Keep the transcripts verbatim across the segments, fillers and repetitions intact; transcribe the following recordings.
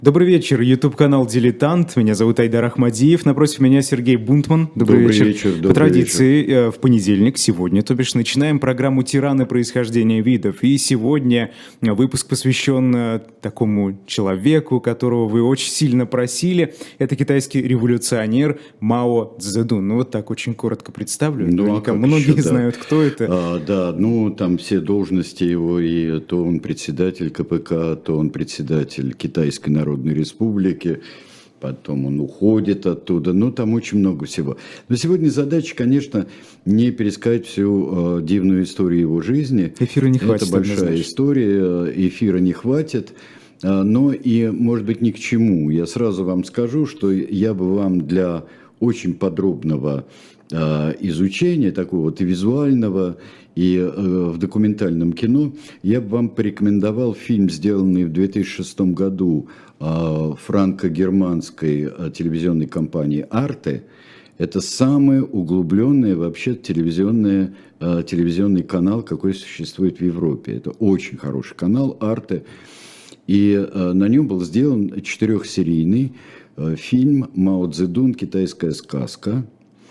Добрый вечер, YouTube-канал «Дилетант». Меня зовут Айдар Ахмадиев. Напротив меня Сергей Бунтман. Добрый, добрый вечер. вечер. По добрый традиции, вечер. в понедельник, сегодня, то бишь, начинаем программу «Тираны происхождения видов». И сегодня выпуск посвящен такому человеку, которого вы очень сильно просили. Это китайский революционер Мао Цзэдун. Ну, вот так очень коротко представлю. Ну, Наверняка а многие еще, знают, да. кто это. А, да, ну, там все должности его, и то он председатель ка пэ ка, то он председатель Китайской Народной Республики, потом он уходит оттуда, ну, там очень много всего. Но сегодня задача, конечно, не пересказать всю э, дивную историю его жизни. Эфира не хватит. Это большая однозначно. история, эфира не хватит, э, но и, может быть, ни к чему. Я сразу вам скажу, что я бы вам для очень подробного э, изучения, такого вот и визуального, и э, в документальном кино, я бы вам порекомендовал фильм, сделанный в две тысячи шестом году э, франко-германской э, телевизионной компанией «Арте». Это самый углубленный вообще телевизионный, э, телевизионный канал, какой существует в Европе. Это очень хороший канал «Арте». И э, на нем был сделан четырехсерийный э, фильм «Мао Цзэдун. Китайская сказка».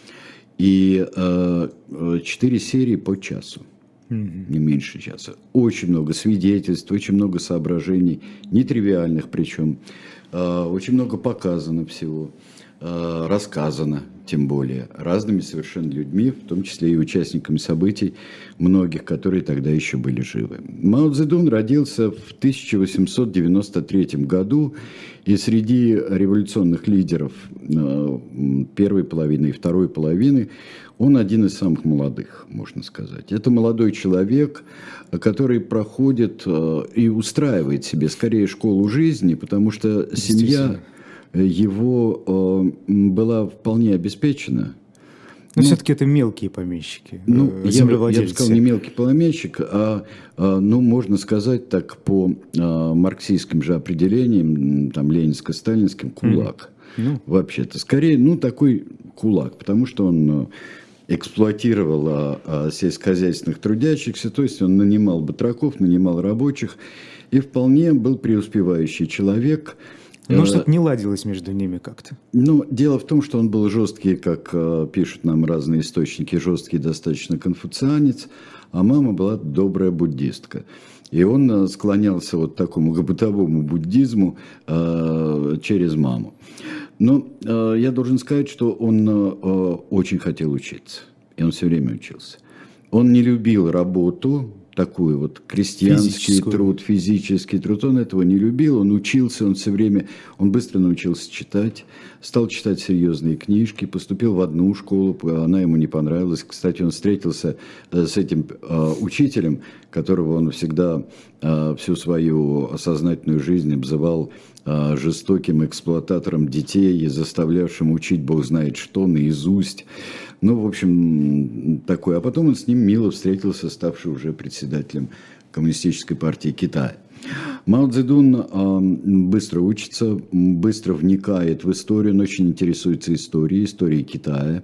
И э, четыре серии по часу, mm-hmm. не меньше часа. Очень много свидетельств, очень много соображений, нетривиальных причем. Э, очень много показано всего, э, рассказано, тем более, разными совершенно людьми, в том числе и участниками событий, многих, которые тогда еще были живы. Мао Цзэдун родился в тысяча восемьсот девяносто третьем году, и среди революционных лидеров первой половины и второй половины он один из самых молодых, можно сказать. Это молодой человек, который проходит и устраивает себе скорее школу жизни, потому что семья его была вполне обеспечена. Но ну, все-таки это мелкие помещики, ну, я, бы, я бы сказал, не мелкий помещик, а, а ну, можно сказать так по а, марксистским же определениям, там, ленинско-сталинским, кулак. Mm. Mm. Вообще-то, скорее, ну, такой кулак, потому что он эксплуатировал а, а, сельскохозяйственных трудящихся, то есть он нанимал батраков, нанимал рабочих, и вполне был преуспевающий человек. Но что-то не ладилось между ними как-то. Ну, дело в том, что он был жесткий, как э, пишут нам разные источники, жесткий достаточно конфуцианец, а мама была добрая буддистка. И он э, склонялся вот к такому бытовому буддизму э, через маму. Но э, я должен сказать, что он э, очень хотел учиться, и он все время учился. Он не любил работу, такой вот крестьянский труд, физический труд, он этого не любил, он учился, он все время, он быстро научился читать, стал читать серьезные книжки, поступил в одну школу, она ему не понравилась. Кстати, он встретился с этим э, учителем, которого он всегда э, всю свою сознательную жизнь обзывал э, жестоким эксплуататором детей и заставлявшим учить бог знает что наизусть. Ну, в общем, такой. А потом он с ним мило встретился, ставший уже председателем Коммунистической партии Китая. Мао Цзэдун э, быстро учится, быстро вникает в историю, он очень интересуется историей, историей Китая.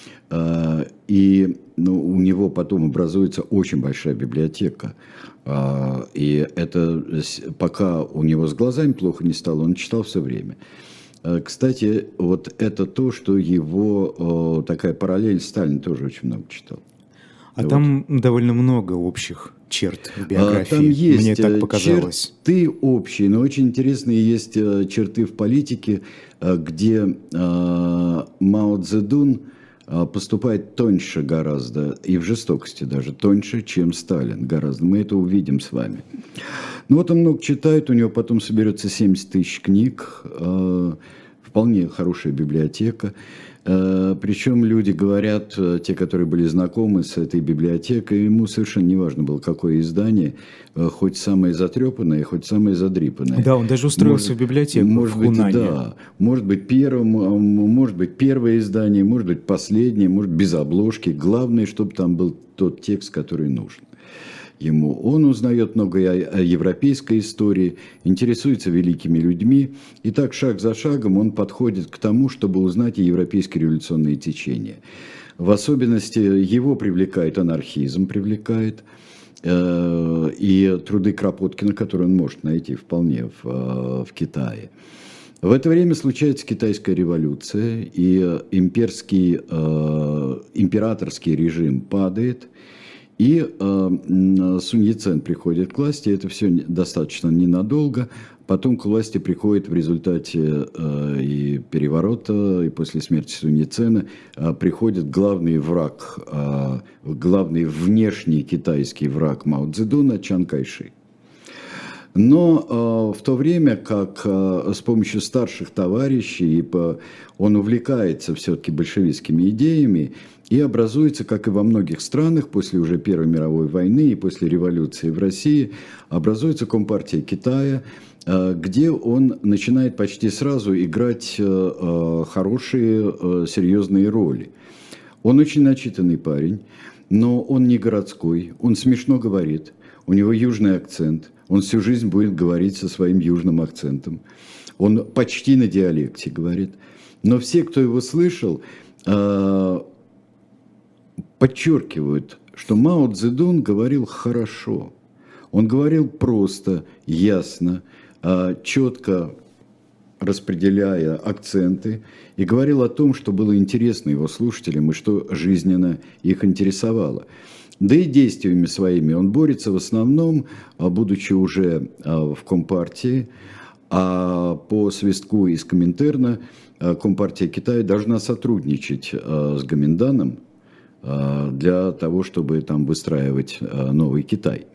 Э, и ну, у него потом образуется очень большая библиотека. Э, и это пока у него с глазами плохо не стало, он читал все время. Кстати, вот это то, что его о, такая параллель, Сталин тоже очень много читал. А вот. Там довольно много общих черт в биографии, а, там есть мне так показалось. Черты общие, но очень интересные есть черты в политике, где а, Мао Цзэдун поступает тоньше гораздо, и в жестокости даже тоньше, чем Сталин гораздо. Мы это увидим с вами. Ну вот он много читает, у него потом соберется семьдесят тысяч книг, э, вполне хорошая библиотека. Э, причем люди говорят, те, которые были знакомы с этой библиотекой, ему совершенно не важно было, какое издание, э, хоть самое затрепанное, хоть самое задрипанное. Да, он даже устроился может, в библиотеку может в быть, Хунане. Да, может быть, первым, может быть, первое издание, может быть, последнее, может, без обложки. Главное, чтобы там был тот текст, который нужен ему. Он узнает много о европейской истории, интересуется великими людьми, и так шаг за шагом он подходит к тому, чтобы узнать и европейские революционные течения. В особенности его привлекает анархизм, привлекает, и труды Кропоткина, которые он может найти вполне в, в Китае. В это время случается китайская революция, и имперский, императорский режим падает, и Сунь Яцен приходит к власти. Это все достаточно ненадолго. Потом к власти приходит в результате э, и переворота, и после смерти Сунь Яцена э, приходит главный враг, э, главный внешний китайский враг Мао Цзэдуна Чан Кайши. Но э, в то время как э, с помощью старших товарищей по, он увлекается все-таки большевистскими идеями, и образуется, как и во многих странах, после уже Первой мировой войны и после революции в России, образуется Компартия Китая, где он начинает почти сразу играть хорошие, серьезные роли. Он очень начитанный парень, но он не городской, он смешно говорит, у него южный акцент, он всю жизнь будет говорить со своим южным акцентом, он почти на диалекте говорит. Но все, кто его слышал, подчеркивают, что Мао Цзэдун говорил хорошо, он говорил просто, ясно, четко распределяя акценты, и говорил о том, что было интересно его слушателям и что жизненно их интересовало. Да и действиями своими он борется в основном, будучи уже в Компартии, а по свистку из Коминтерна Компартия Китая должна сотрудничать с Гоминданом для того, чтобы там выстраивать новый Китай.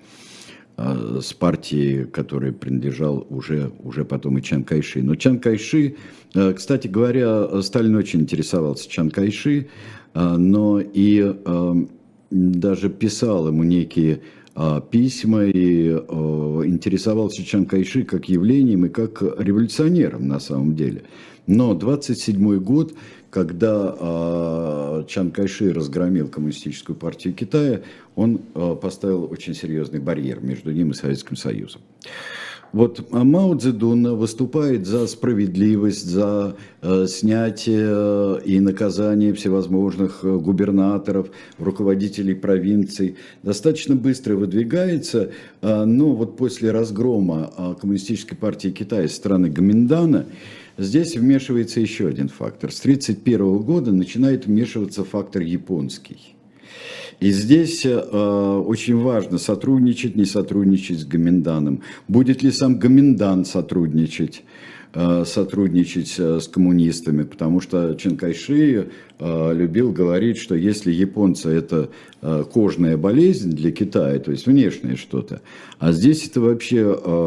С партией, которой принадлежал уже, уже потом и Чан Кайши. Но Чан Кайши, кстати говоря, Сталин очень интересовался Чан Кайши, но и даже писал ему некие письма и интересовался Чан Кайши как явлением и как революционером на самом деле. Но двадцать седьмой год, когда Чан Кайши разгромил Коммунистическую партию Китая, он поставил очень серьезный барьер между ним и Советским Союзом. Вот Мао Цзэдун выступает за справедливость, за снятие и наказание всевозможных губернаторов, руководителей провинций. Достаточно быстро выдвигается, но вот после разгрома Коммунистической партии Китая со стороны Гоминдана здесь вмешивается еще один фактор. С тысяча девятьсот тридцать первого года начинает вмешиваться фактор японский. И здесь э, очень важно сотрудничать, не сотрудничать с Гоминданом. Будет ли сам Гоминдан сотрудничать, э, сотрудничать э, с коммунистами? Потому что Чан Кайши э, любил говорить, что если японцы это э, кожная болезнь для Китая, то есть внешнее что-то, а здесь это вообще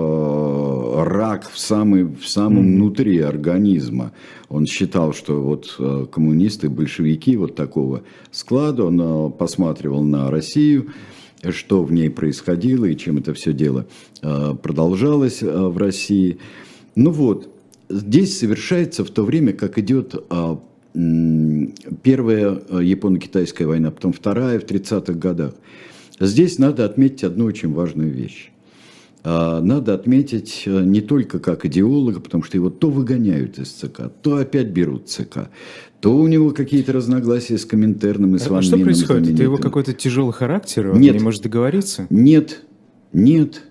э, рак в, самый, в самом mm-hmm. внутри организма. Он считал, что вот э, коммунисты, большевики вот такого склада, он э, посматривал на Россию, что в ней происходило и чем это все дело э, продолжалось э, в России. Ну вот, здесь совершается в то время, как идет э, э, первая японо-китайская война, потом вторая в тридцатых годах. Здесь надо отметить одну очень важную вещь. Надо отметить не только как идеолога, потому что его то выгоняют из ЦК, то опять берут ЦК, то у него какие-то разногласия с Коминтерном и с Ван Мином. А что происходит? Это его какой-то тяжелый характер? Он нет, не может договориться? Нет, нет.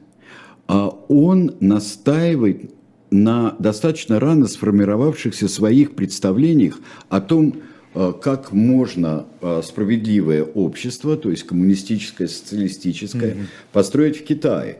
Он настаивает на достаточно рано сформировавшихся своих представлениях о том, как можно справедливое общество, то есть коммунистическое, социалистическое, mm-hmm. построить в Китае.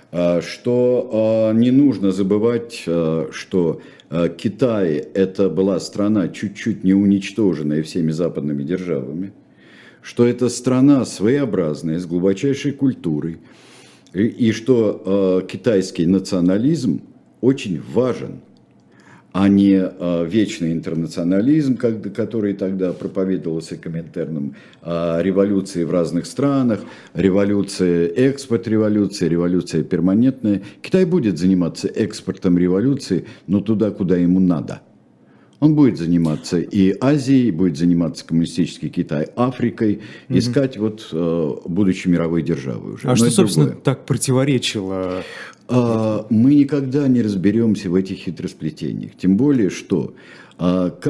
Что не нужно забывать, что Китай – это была страна, чуть-чуть не уничтоженная всеми западными державами, что это страна своеобразная, с глубочайшей культурой, и что китайский национализм очень важен, а не э, вечный интернационализм, как, который тогда проповедовался Коминтерном, э, революции в разных странах, революция, экспорт революции, революция перманентная. Китай будет заниматься экспортом революции, но туда, куда ему надо. Он будет заниматься и Азией, будет заниматься коммунистический Китай, Африкой, mm-hmm. искать, вот, э, будучи мировой державой уже. А но что, собственно, другое. Так противоречило? Мы никогда не разберемся в этих хитросплетениях. Тем более, что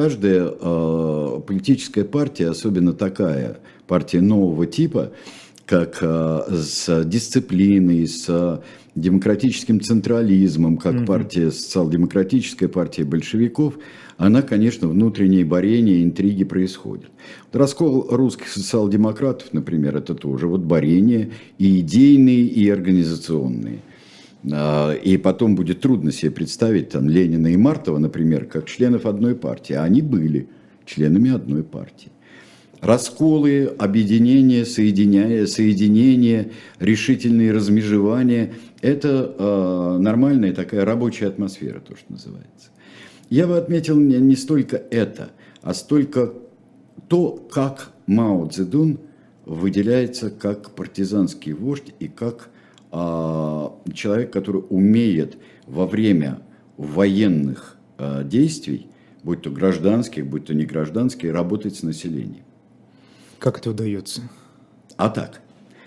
каждая политическая партия, особенно такая партия нового типа, как с дисциплиной, с демократическим централизмом, как mm-hmm. партия, социал-демократическая партия большевиков, она, конечно, внутренние борения, интриги происходят. Раскол русских социал-демократов, например, это тоже вот борения и идейные, и организационные. И потом будет трудно себе представить там, Ленина и Мартова, например, как членов одной партии. А они были членами одной партии. Расколы, объединения, соединения, соединения, решительные размежевания – это э, нормальная такая рабочая атмосфера, то, что называется. Я бы отметил не, не столько это, а столько то, как Мао Цзэдун выделяется как партизанский вождь и как э, человек, который умеет во время военных э, действий, будь то гражданских, будь то не гражданских, работать с населением. Как это удается? А так.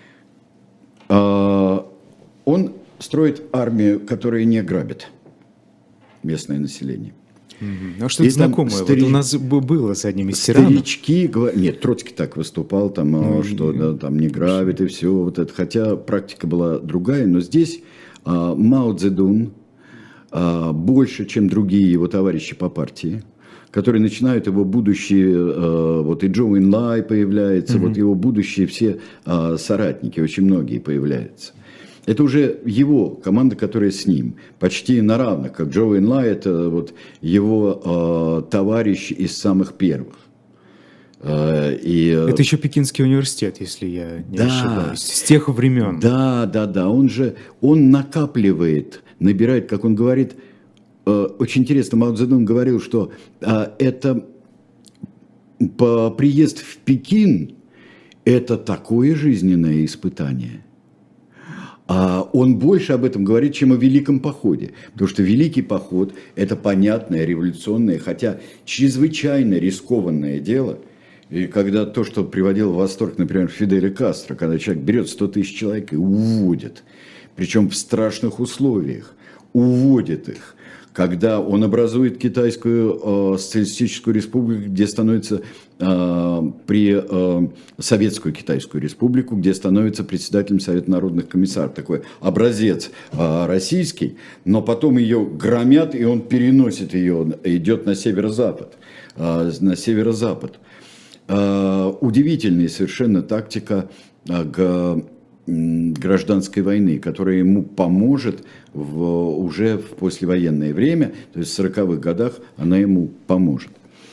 Он строит армию, которая не грабит местное население. Mm-hmm. А что-то знакомое. Старич... Вот у нас было с одним из тиранов. Старички говорят... Нет, Троцкий так выступал, там, ну, что и... да, там не грабит и все. Вот это. Хотя практика была другая. Но здесь а, Мао Цзэдун а, больше, чем другие его товарищи по партии, которые начинают его будущие, вот и Чжоу Энлай появляется, mm-hmm. вот его будущие все соратники, очень многие появляются. Это уже его команда, которая с ним, почти на равных, как Чжоу Энлай, это вот его товарищ из самых первых. И... Это еще Пекинский университет, если я не да, ошибаюсь, с тех времен. Да, да, да, он же, он накапливает, набирает, как он говорит. Очень интересно, Мао Цзэдун говорил, что а, это по, приезд в Пекин – это такое жизненное испытание. А он больше об этом говорит, чем о Великом походе. Потому что Великий поход – это понятное, революционное, хотя чрезвычайно рискованное дело. И когда то, что приводило в восторг, например, Фиделя Кастро, когда человек берет сто тысяч человек и уводит, причем в страшных условиях, уводит их. Когда он образует Китайскую э, социалистическую республику, где становится э, при э, Советскую Китайскую республику, где становится председателем Совета народных комиссаров. Такой образец э, российский, но потом ее громят, и он переносит ее, идет на северо-запад. Э, на северо-запад. Э, удивительная совершенно тактика э, г, гражданской войны, которая ему поможет в, уже в послевоенное время, то есть в сороковых годах она ему поможет.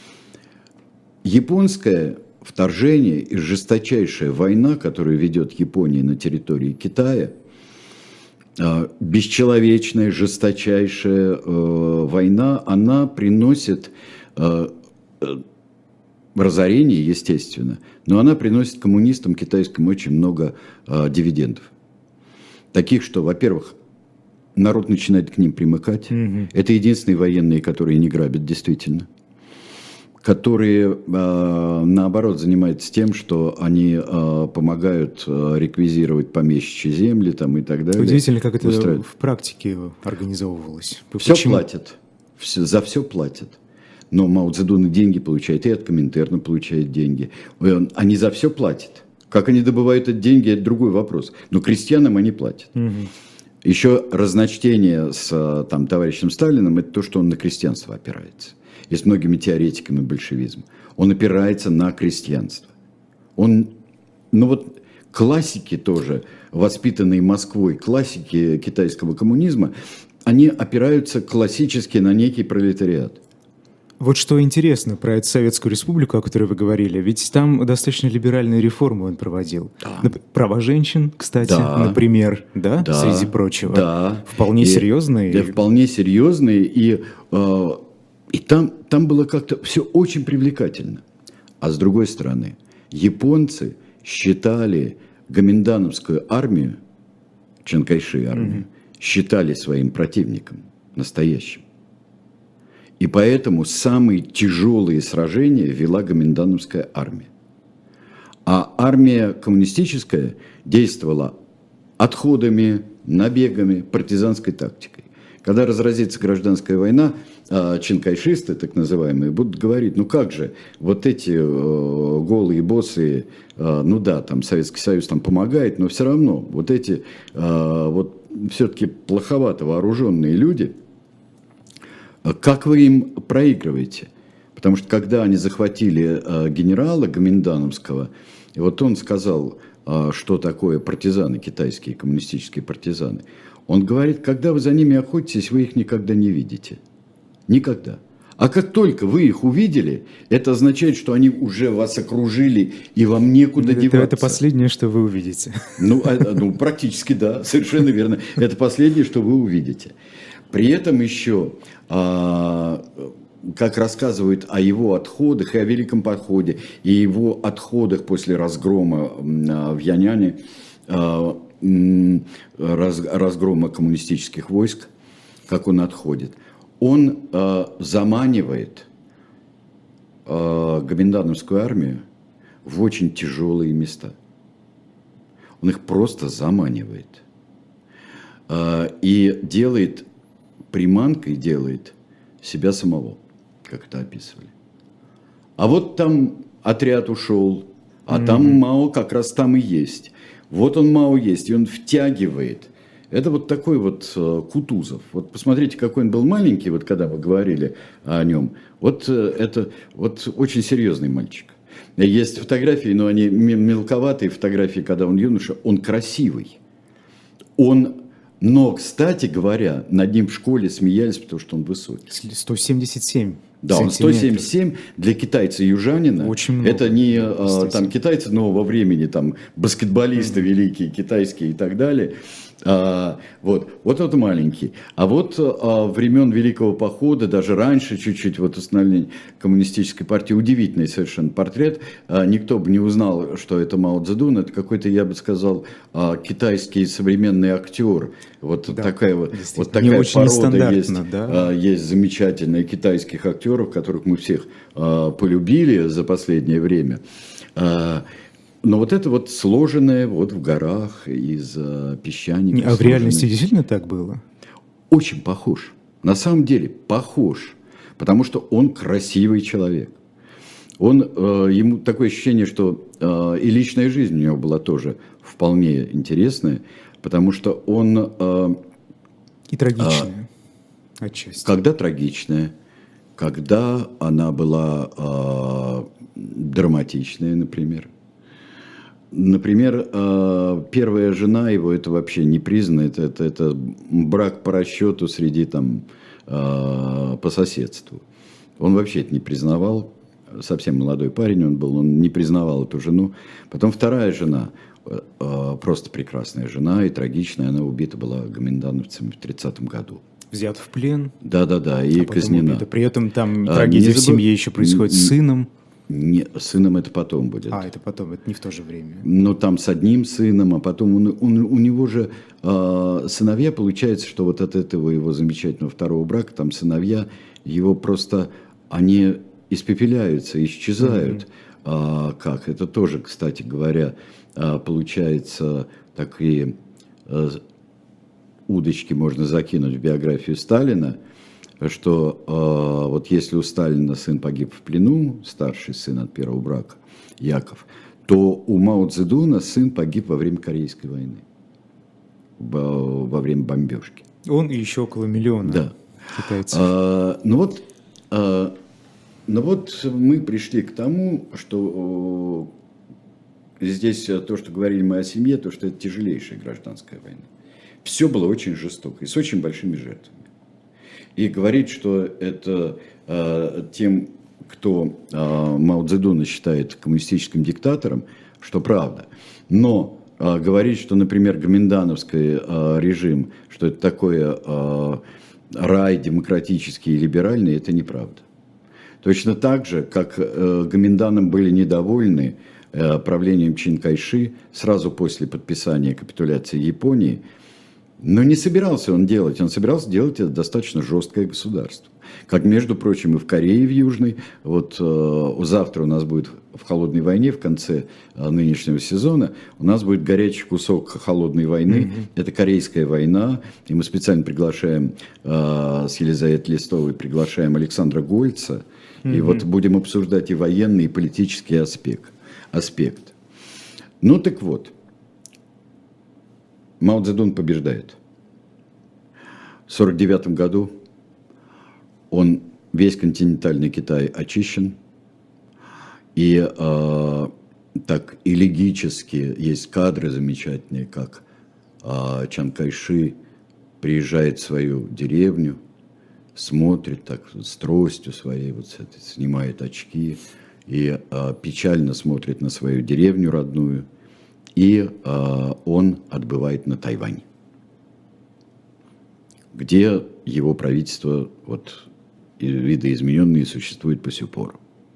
Японское вторжение и жесточайшая война, которую ведет Япония на территории Китая, бесчеловечная, жесточайшая война, она приносит разорение, естественно, но она приносит коммунистам китайским очень много э, дивидендов. Таких, что, во-первых, народ начинает к ним примыкать. Mm-hmm. Это единственные военные, которые не грабят, действительно. Которые, э, наоборот, занимаются тем, что они э, помогают э, реквизировать помещичьи земли там, и так далее. Удивительно, как это устраивать. В практике организовывалось. Все Почему? платят. Все, за все платят. Но Мао Цзэдун и деньги получает, и от Коминтерна получает деньги. Они за все платят. Как они добывают эти деньги, это другой вопрос. Но крестьянам они платят. Угу. Еще разночтение с там, товарищем Сталиным – это то, что он на крестьянство опирается. И с многими теоретиками большевизма. Он опирается на крестьянство. Он, ну вот классики тоже, воспитанные Москвой, классики китайского коммунизма, они опираются классически на некий пролетариат. Вот что интересно про эту Советскую Республику, о которой вы говорили, ведь там достаточно либеральные реформы он проводил. Да. Права женщин, кстати, да. например, да? Да. Среди прочего. Да. Вполне и, серьезные. Да, вполне серьезные, и, э, и там, там было как-то все очень привлекательно. А с другой стороны, японцы считали гоминдановскую армию, Чан Кайши армию, mm-hmm. считали своим противником настоящим. И поэтому самые тяжелые сражения вела гоминдановская армия. А армия коммунистическая действовала отходами, набегами, партизанской тактикой. Когда разразится гражданская война, чинкайшисты, так называемые, будут говорить, ну как же, вот эти голые боссы, ну да, там Советский Союз там помогает, но все равно вот эти вот все-таки плоховато вооруженные люди, как вы им проигрываете? Потому что когда они захватили генерала Гоминдановского, и вот он сказал, что такое партизаны, китайские коммунистические партизаны, он говорит, когда вы за ними охотитесь, вы их никогда не видите. Никогда. А как только вы их увидели, это означает, что они уже вас окружили, и вам некуда это, деваться. Это последнее, что вы увидите. Ну, а, ну, практически да, совершенно верно. Это последнее, что вы увидите. При этом еще, а, как рассказывают о его отходах и о Великом походе, и его отходах после разгрома в Яняне, а, раз, разгрома коммунистических войск, как он отходит. Он э, заманивает э, гоминдановскую армию в очень тяжелые места. Он их просто заманивает. Э, и делает, приманкой делает себя самого, как это описывали. А вот там отряд ушел, а mm-hmm. там Мао как раз там и есть. Вот он Мао есть, и он втягивает. Это вот такой вот э, Кутузов. Вот посмотрите, какой он был маленький, вот когда мы говорили о нем. Вот э, это вот очень серьезный мальчик. Есть фотографии, но они мелковатые фотографии, когда он юноша. Он красивый. Он, но, кстати говоря, над ним в школе смеялись, потому что он высокий. сто семьдесят семь. Да, он сто семьдесят семь для китайца-южанина. Очень много. Это не а, там китайцы нового времени, там баскетболисты mm-hmm. великие, китайские и так далее. А, вот, вот это маленький. А вот а, времен Великого похода, даже раньше чуть-чуть, вот установление коммунистической партии, удивительный совершенно портрет. А, никто бы не узнал, что это Мао Цзэдун. Это какой-то, я бы сказал, а, китайский современный актер. Вот да, такая вот, вот такая порода есть. Да? А, есть замечательные китайских актеров, которых мы всех а, полюбили за последнее время. А, Но вот это вот сложенное вот в горах из uh, песчаника. А в реальности действительно так было? Очень похож. На самом деле похож. Потому что он красивый человек. Он, uh, ему такое ощущение, что uh, и личная жизнь у него была тоже вполне интересная. Потому что он... Uh, и трагичная. Uh, отчасти. Когда трагичная. Когда она была uh, драматичная, например. Например, первая жена его, это вообще не признано, это, это, это брак по расчету среди там, по соседству. Он вообще это не признавал, совсем молодой парень он был, он не признавал эту жену. Потом вторая жена, просто прекрасная жена и трагичная, она убита была гоминдановцами в тридцатом году. Взят в плен. Да-да-да, и а казнена. Убита. При этом там трагедия а, в забыл... семье еще происходит с сыном. Не, сыном это потом будет. А, это потом, это не в то же время. Но там с одним сыном, а потом он, он, у него же э, сыновья, получается, что вот от этого его замечательного второго брака, там сыновья, его просто, они испепеляются, исчезают. Mm-hmm. А, как? Это тоже, кстати говоря, а, получается, такие а, удочки можно закинуть в биографию Сталина, что э, вот если у Сталина сын погиб в плену, старший сын от первого брака, Яков, то у Мао Цзэдуна сын погиб во время Корейской войны, во, во время бомбежки. Он и еще около миллиона да. китайцев. А, ну, вот, а, ну вот мы пришли к тому, что о, здесь то, что говорили мы о семье, то, что это тяжелейшая гражданская война. Все было очень жестоко и с очень большими жертвами. И говорить, что это э, тем, кто э, Мао Цзэдуна считает коммунистическим диктатором, что правда. Но э, говорить, что, например, гоминдановский э, режим, что это такое э, рай демократический и либеральный, это неправда. Точно так же, как э, гоминданом были недовольны э, правлением Чин Кайши сразу после подписания капитуляции Японии, Но не собирался он делать, он собирался делать это достаточно жесткое государство. Как, между прочим, и в Корее, в Южной. Вот э, завтра у нас будет в холодной войне, в конце э, нынешнего сезона, у нас будет горячий кусок холодной войны. Mm-hmm. Это Корейская война. И мы специально приглашаем э, с Елизаветой Листовой, приглашаем Александра Гольца. Mm-hmm. И вот будем обсуждать и военный, и политический аспект. аспект. Ну так вот. Мао Цзэдун побеждает. В сорок девятом году он, весь континентальный Китай очищен. И э, так элегически есть кадры замечательные, как э, Чан Кайши приезжает в свою деревню, смотрит так с тростью своей, вот с этой, снимает очки и э, печально смотрит на свою деревню родную. И э, он отбывает на Тайвань, где его правительство, вот, видоизмененное, существует по сю пору.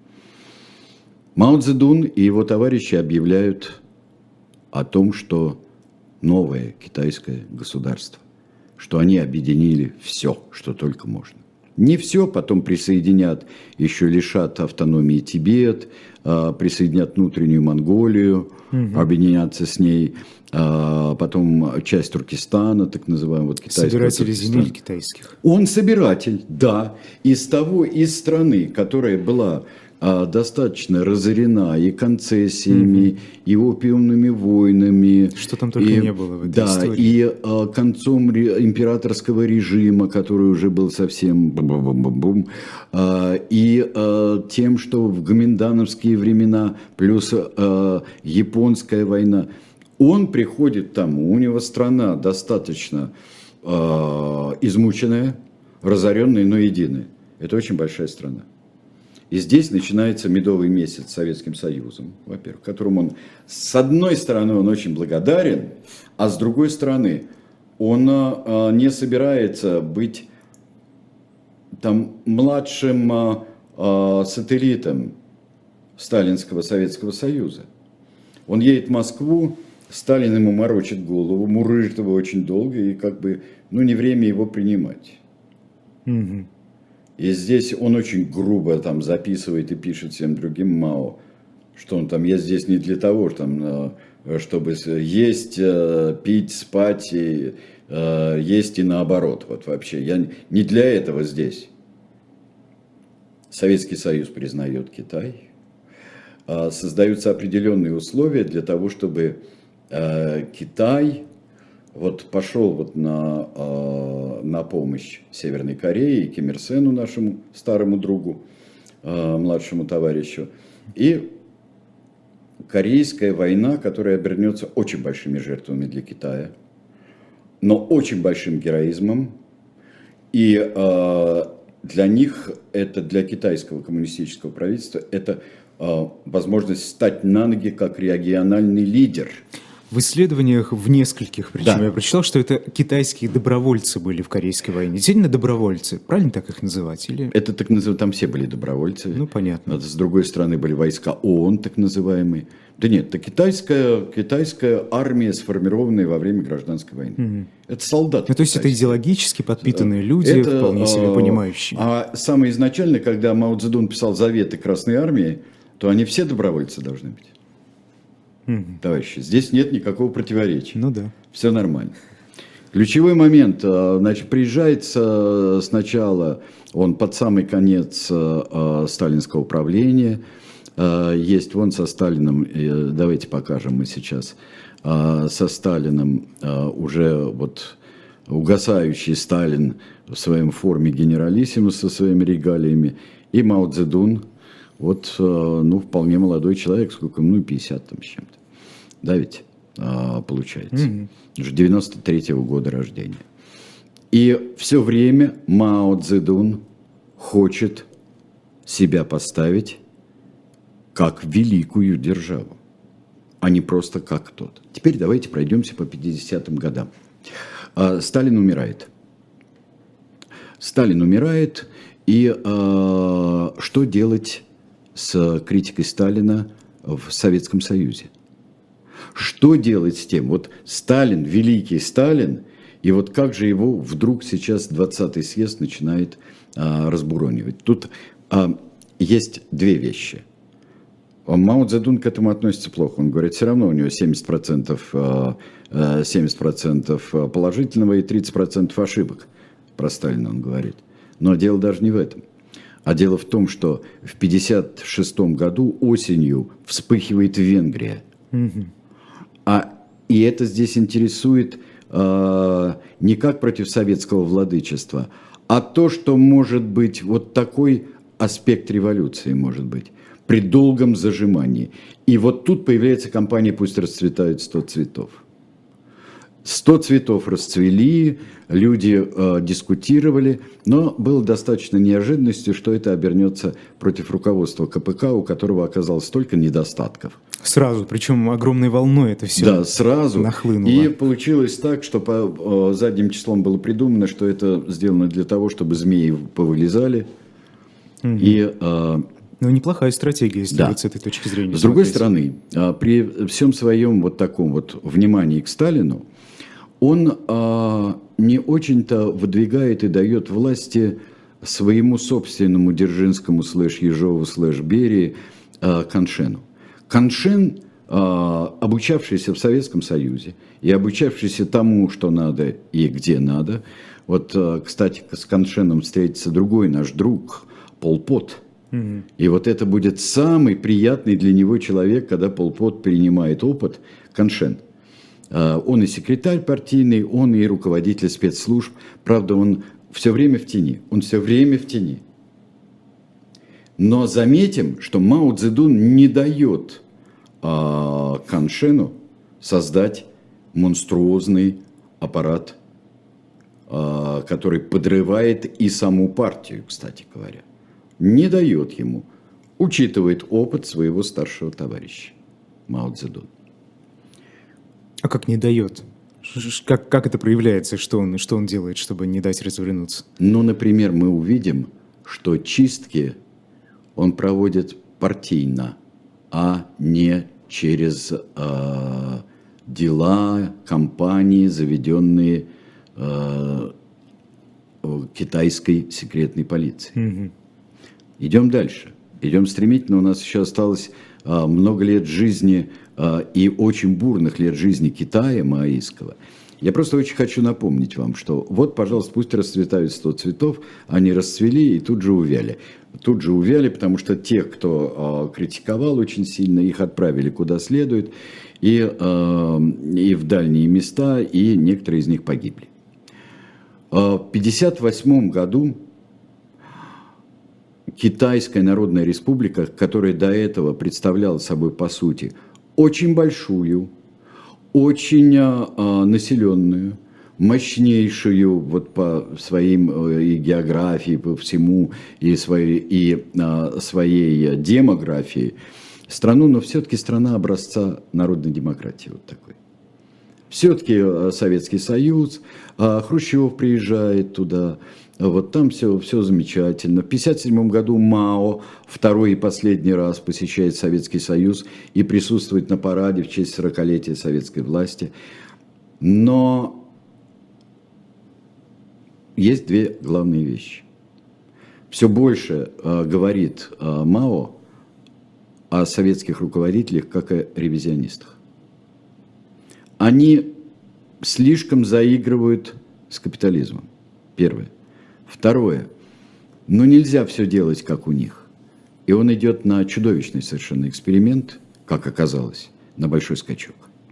Мао Цзэдун и его товарищи объявляют о том, что новое китайское государство, что они объединили все, что только можно. Не все, потом присоединят, еще лишат автономии Тибет, присоединят внутреннюю Монголию, угу. объединятся с ней, потом часть Туркестана, так называемого, вот китайского. Собиратели земель китайских. Он собиратель, да, из того, из страны, которая была достаточно разорена и концессиями, mm-hmm. и опиумными войнами. Что там только и, не было в этой да, истории. И а, концом ре, императорского режима, который уже был совсем бум-бум-бум-бум, а, и а, тем, что в гоминдановские времена, плюс а, японская война, он приходит там, у него страна достаточно а, измученная, разоренная, но единая. Это очень большая страна. И здесь начинается медовый месяц с Советским Союзом, во-первых, которому он, с одной стороны, он очень благодарен, а с другой стороны, он а, не собирается быть там младшим а, а, сателлитом Сталинского Советского Союза. Он едет в Москву, Сталин ему морочит голову, мурыжит его очень долго, и как бы, ну, не время его принимать. Mm-hmm. И здесь он очень грубо там записывает и пишет всем другим Мао, что он там, я здесь не для того, там, чтобы есть, пить, спать, и, есть и наоборот. Вот вообще, я не для этого здесь. Советский Союз признает Китай. Создаются определенные условия для того, чтобы Китай вот пошел вот на, э, на помощь Северной Корее и Ким Ир Сену, нашему старому другу, э, младшему товарищу. И Корейская война, которая обернется очень большими жертвами для Китая, но очень большим героизмом. И э, для них, это для китайского коммунистического правительства, это э, возможность встать на ноги как региональный лидер. В исследованиях в нескольких, причем да. я прочитал, что это китайские добровольцы были в Корейской войне. Действительно добровольцы, правильно так их называть? Или... Это так называют, там все были добровольцы. Ну, понятно. С другой стороны были войска ООН, так называемые. Да нет, это китайская, китайская армия, сформированная во время гражданской войны. Угу. Это солдаты. Ну, то есть это идеологически подпитанные люди, это, вполне себе понимающие. А самое изначально, когда Мао Цзэдун писал заветы Красной армии, то они все добровольцы должны быть. Угу. Товарищи, здесь нет никакого противоречия. Ну да. Все нормально. Ключевой момент, значит, приезжает сначала, он под самый конец сталинского правления, есть вон со Сталином, давайте покажем мы сейчас, со Сталином уже вот угасающий Сталин в своем форме генералиссимус со своими регалиями, и Мао Цзэдун, вот, ну, вполне молодой человек, сколько, ну, пятьдесят там с чем-то, да, ведь а, получается, mm-hmm. девяносто третьего года рождения. И все время Мао Цзэдун хочет себя поставить как великую державу, а не просто как кто-то. Теперь давайте пройдемся по пятидесятым годам. А, Сталин умирает. Сталин умирает, и а, что делать с критикой Сталина в Советском Союзе? Что делать с тем? Вот Сталин, великий Сталин, И вот как же его вдруг сейчас двадцатый съезд начинает а, разбуронивать? Тут а, есть две вещи. Мао Цзэдун к этому относится плохо. Он говорит, все равно у него семьдесят процентов, семьдесят процентов положительного и тридцать процентов ошибок. Про Сталина он говорит. Но дело даже не в этом. А дело в том, что в пятьдесят шестом году осенью вспыхивает Венгрия. Mm-hmm. А, и это здесь интересует а, не как против советского владычества, а то, что может быть вот такой аспект революции, может быть, при долгом зажимании. И вот тут появляется кампания «Пусть расцветают сто цветов». Сто цветов расцвели, люди э, дискутировали, но было достаточно неожиданностью, что это обернется против руководства ка пэ ка, у которого оказалось столько недостатков. Сразу, причем огромной волной это все да, сразу. нахлынуло. И получилось так, что по э, задним числом было придумано, что это сделано для того, чтобы змеи повылезали. Угу. И... Э, Ну, неплохая стратегия, если да. вот с этой точки зрения. С другой стороны, при всем своем вот таком вот внимании к Сталину, он а, не очень-то выдвигает и дает власти своему собственному Дзержинскому слэш Ежову слэш Берии а, Каншену. Каншен, а, обучавшийся в Советском Союзе и обучавшийся тому, что надо и где надо. Вот, а, кстати, с Каншеном встретится другой наш друг Пол Пот. И вот это будет самый приятный для него человек, когда Пол Пот перенимает опыт, Каншен. Он и секретарь партийный, он и руководитель спецслужб. Правда, он все время в тени. Он все время в тени. Но заметим, что Мао Цзэдун не дает а, Каншену создать монструозный аппарат, а, который подрывает и саму партию, кстати говоря. Не дает ему, учитывает опыт своего старшего товарища Мао Цзэдун. А как не дает? Как, как это проявляется? Что он, что он делает, чтобы не дать развернуться? Ну, например, мы увидим, что чистки он проводит партийно, а не через э, дела, компании, заведенные э, китайской секретной полицией. Угу. Идем дальше. Идем стремительно. У нас еще осталось а, много лет жизни а, и очень бурных лет жизни Китая маоистского. Я просто очень хочу напомнить вам, что вот, пожалуйста, пусть расцветают сто цветов, они расцвели и тут же увяли. Тут же увяли, потому что тех, кто а, критиковал очень сильно, их отправили куда следует, и, а, и в дальние места, и некоторые из них погибли. А, в пятьдесят восьмом году Китайская Народная Республика, которая до этого представляла собой, по сути, очень большую, очень а, населенную, мощнейшую вот по своим и географии, по всему, и своей, и, а, своей демографии страну, но все-таки страна образца народной демократии вот такой. Все-таки Советский Союз, а, Хрущев приезжает туда. Вот там все, все замечательно. В тысяча девятьсот пятьдесят седьмом году Мао второй и последний раз посещает Советский Союз и присутствует на параде в честь сорокалетия советской власти. Но есть две главные вещи. Все больше э, говорит э, Мао о советских руководителях как о ревизионистах. Они слишком заигрывают с капитализмом. Первое. Второе. Но нельзя все делать, как у них. И он идет на чудовищный совершенно эксперимент, как оказалось, на большой скачок.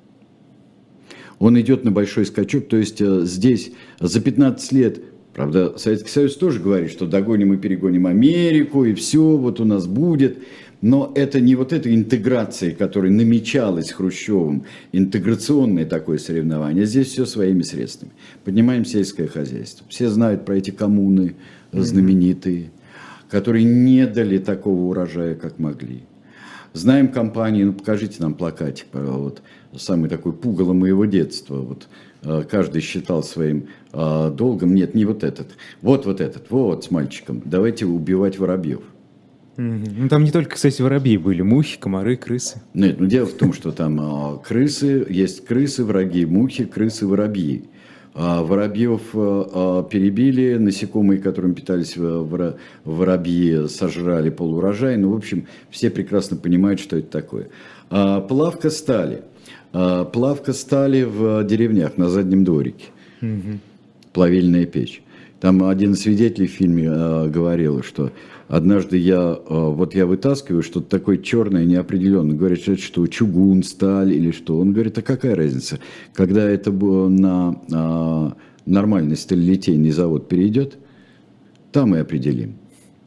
Он идет на большой скачок, то есть здесь за пятнадцать лет, правда, Советский Союз тоже говорит, что догоним и перегоним Америку, и все вот у нас будет. Но это не вот эта интеграция, которая намечалась Хрущевым, интеграционное такое соревнование. Здесь все своими средствами. Поднимаем сельское хозяйство. Все знают про эти коммуны знаменитые, которые не дали такого урожая, как могли. Знаем компании, ну покажите нам плакатик, вот, самый такой пугало моего детства. Вот, каждый считал своим а, долгом. Нет, не вот этот. Вот вот этот, вот с мальчиком. Давайте убивать воробьев. Ну, там не только, кстати, воробьи были, мухи, комары, крысы. Нет, ну дело в том, что там а, крысы, есть крысы, враги, мухи, крысы, воробьи. Воробьев перебили, насекомые, которым питались воробьи, сожрали полурожай. Ну, в общем, все прекрасно понимают, что это такое. Плавка стали. Плавка стали в деревнях на заднем дворике. Угу. Плавильная печь. Там один из свидетелей в фильме говорил, что однажды я, вот я вытаскиваю что-то такое черное, неопределенное. Говорят, что это что, чугун, сталь или что. Он говорит, а какая разница? Когда это на а, нормальный сталелитейный завод перейдет, там и определим.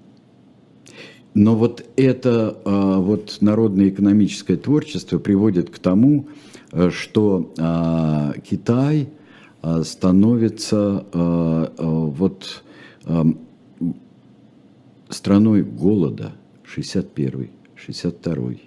Но вот это а, вот народное экономическое творчество приводит к тому, что а, Китай а, становится а, а, вот... А, страной голода шестьдесят первый шестьдесят второй.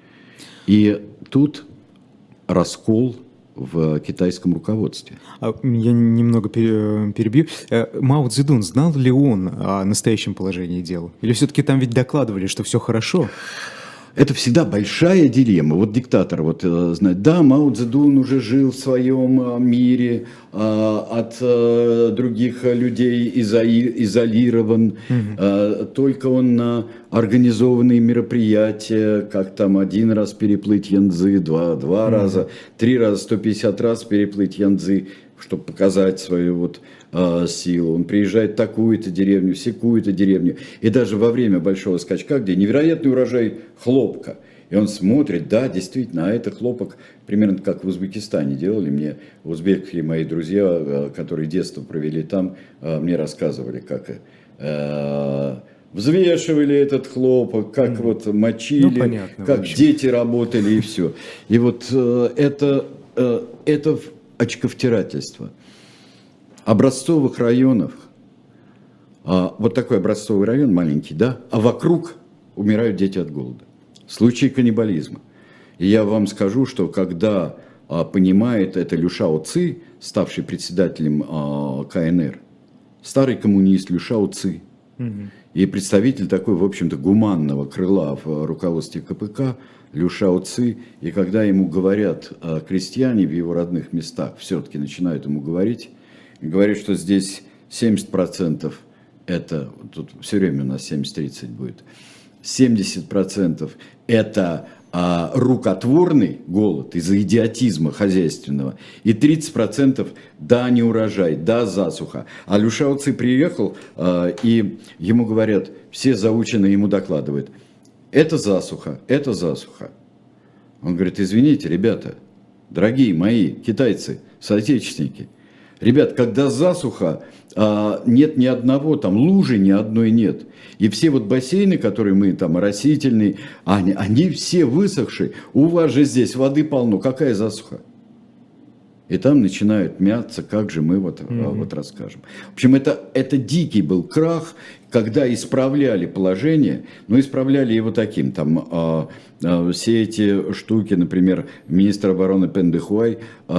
И тут раскол в китайском руководстве. Я немного перебью. Мао Цзэдун, знал ли он о настоящем положении дел? Или все-таки там ведь докладывали, что все хорошо? Это всегда большая дилемма. Вот диктатор вот знает, да, Мао Цзэдун уже жил в своем мире, от других людей изолирован, угу. Только он на организованные мероприятия, как там один раз переплыть Янцзы, два, два угу. раза, три раза, сто пятьдесят раз переплыть Янцзы, чтобы показать свою вот э, силу. Он приезжает в такую-то деревню, всякую-то деревню. И даже во время большого скачка, где невероятный урожай хлопка, и он смотрит, да, действительно, а это хлопок, примерно как в Узбекистане делали. Мне узбекские мои друзья, э, которые детство провели там, э, мне рассказывали, как э, взвешивали этот хлопок, как mm. вот мочили, ну, понятно, как дети работали и все. И вот э, это, э, это очковтирательство. Образцовых районов, а, вот такой образцовый район маленький, да, а вокруг умирают дети от голода. Случаи каннибализма. И я вам скажу, что когда а, понимает это Лю Шао Ци, ставший председателем а, ка эн эр, старый коммунист Лю Шао Ци, угу. и представитель такой, в общем-то, гуманного крыла в руководстве ка пэ ка, Лю Шао Ци, и когда ему говорят а, крестьяне в его родных местах, все-таки начинают ему говорить, говорят, что здесь семьдесят процентов это, тут все время у нас семьдесят тридцать будет, семьдесят процентов это а, рукотворный голод из-за идиотизма хозяйственного, и тридцать процентов да, не урожай, да, засуха. А Лю Шао Ци приехал, а, и ему говорят, все заученные ему докладывают, это засуха, это засуха. Он говорит, извините, ребята, дорогие мои китайцы, соотечественники, ребят, когда засуха, а, нет ни одного, там лужи ни одной нет. И все вот бассейны, которые мы там, оросительные, они, они все высохшие. У вас же здесь воды полно, какая засуха? И там начинают мяться, как же мы вот, mm-hmm. вот расскажем. В общем, это, это дикий был крах, когда исправляли положение, но исправляли его таким. Там, а, а, все эти штуки, например, министр обороны Пэн Дэхуай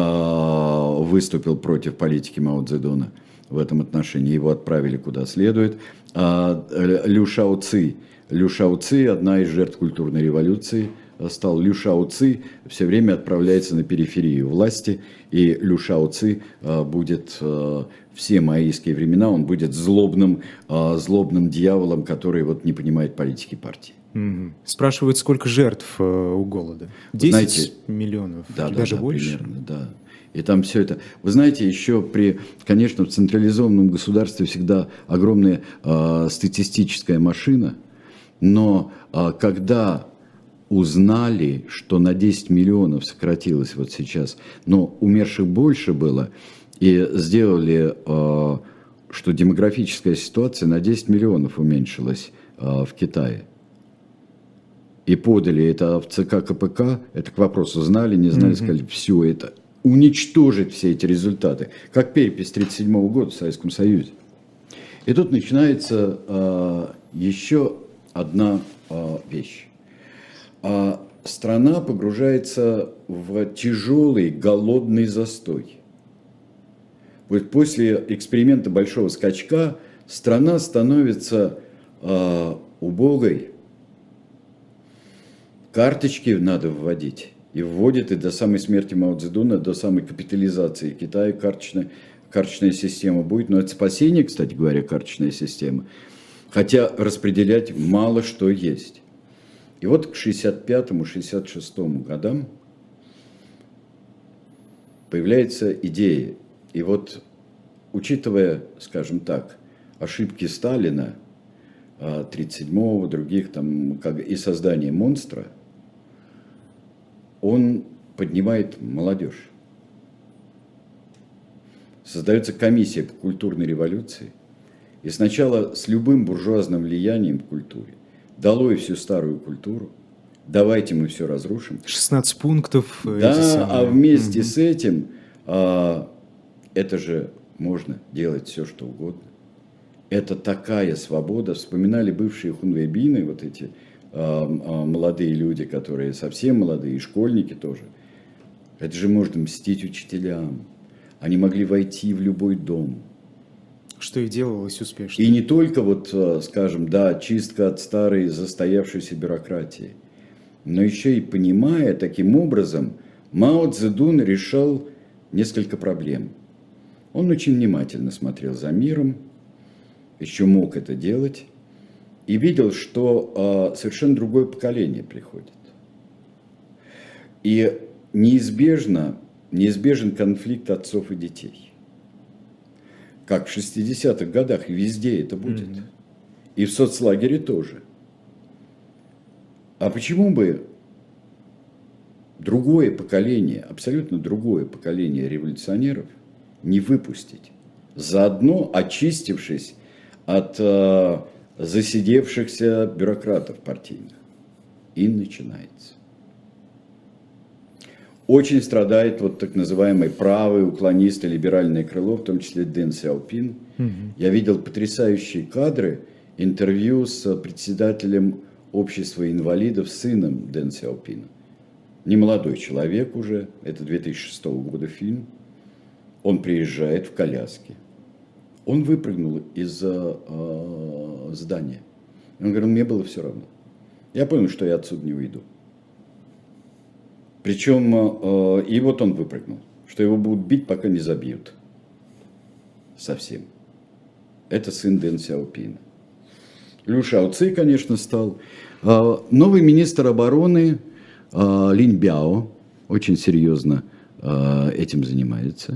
а, выступил против политики Мао Цзэдуна в этом отношении. Его отправили куда следует. А, Лю Шао Ци, Лю Шао Ци, одна из жертв культурной революции, стал Лю Шао Ци, все время отправляется на периферию власти, и Лю Шао Ци а, будет а, все маоистские времена, он будет злобным, а, злобным дьяволом, который вот не понимает политики партии. Mm-hmm. Спрашивают, сколько жертв а, у голода? десять знаете, миллионов, да, даже да, больше? Примерно, да. И там все это. Вы знаете, еще при, конечно, в централизованном государстве всегда огромная а, статистическая машина, но а, когда узнали, что на десять миллионов сократилось вот сейчас, но умерших больше было, и сделали, что демографическая ситуация на десять миллионов уменьшилась в Китае. И подали это в ЦК ка пэ ка, это к вопросу знали, не знали, mm-hmm. сказали, все это, уничтожить все эти результаты, как перепись тысяча девятьсот тридцать седьмого года в Советском Союзе. И тут начинается еще одна вещь. А страна погружается в тяжелый голодный застой. Вот после эксперимента большого скачка страна становится э, убогой. Карточки надо вводить. И вводят и до самой смерти Мао Цзэдуна, до самой капитализации Китая карточная, карточная система будет, но это спасение, кстати говоря, карточная система. Хотя распределять мало что есть. И вот к шестьдесят пятому — шестьдесят шестому годам появляется идея. И вот, учитывая, скажем так, ошибки Сталина, тридцать седьмого, других там, как и создание монстра, он поднимает молодежь. Создается комиссия по культурной революции. И сначала с любым буржуазным влиянием в культуре. Долой всю старую культуру. Давайте мы все разрушим. шестнадцать пунктов. Да, а вместе угу. с этим а, это же можно делать все, что угодно. Это такая свобода. Вспоминали бывшие хунвейбины, вот эти а, а, молодые люди, которые совсем молодые, и школьники тоже. Это же можно мстить учителям. Они могли войти в любой дом. Что и делалось успешно. И не только, вот, скажем, да, чистка от старой застоявшейся бюрократии, но еще и понимая, таким образом, Мао Цзэдун решал несколько проблем. Он очень внимательно смотрел за миром, еще мог это делать, и видел, что совершенно другое поколение приходит. И неизбежно, неизбежен конфликт отцов и детей. Как в шестидесятых годах, везде это будет. Mm-hmm. И в соцлагере тоже. А почему бы другое поколение, абсолютно другое поколение революционеров не выпустить, заодно очистившись от э, засидевшихся бюрократов партийных? И начинается. Очень страдает вот так называемый правый, уклонисты, либеральное крыло, в том числе Дэн Сяопин. Угу. Я видел потрясающие кадры, интервью с председателем общества инвалидов, сыном Дэн Сяопина. Немолодой человек уже, это две тысячи шестого года фильм. Он приезжает в коляске. Он выпрыгнул из э, здания. Он говорил, мне было все равно. Я понял, что я отсюда не уйду. Причем, э, и вот он выпрыгнул, что его будут бить, пока не забьют. Совсем. Это сын Дэн Сяопина. Лю Шаоци, конечно, стал. Э, новый министр обороны э, Линь Бяо очень серьезно э, этим занимается.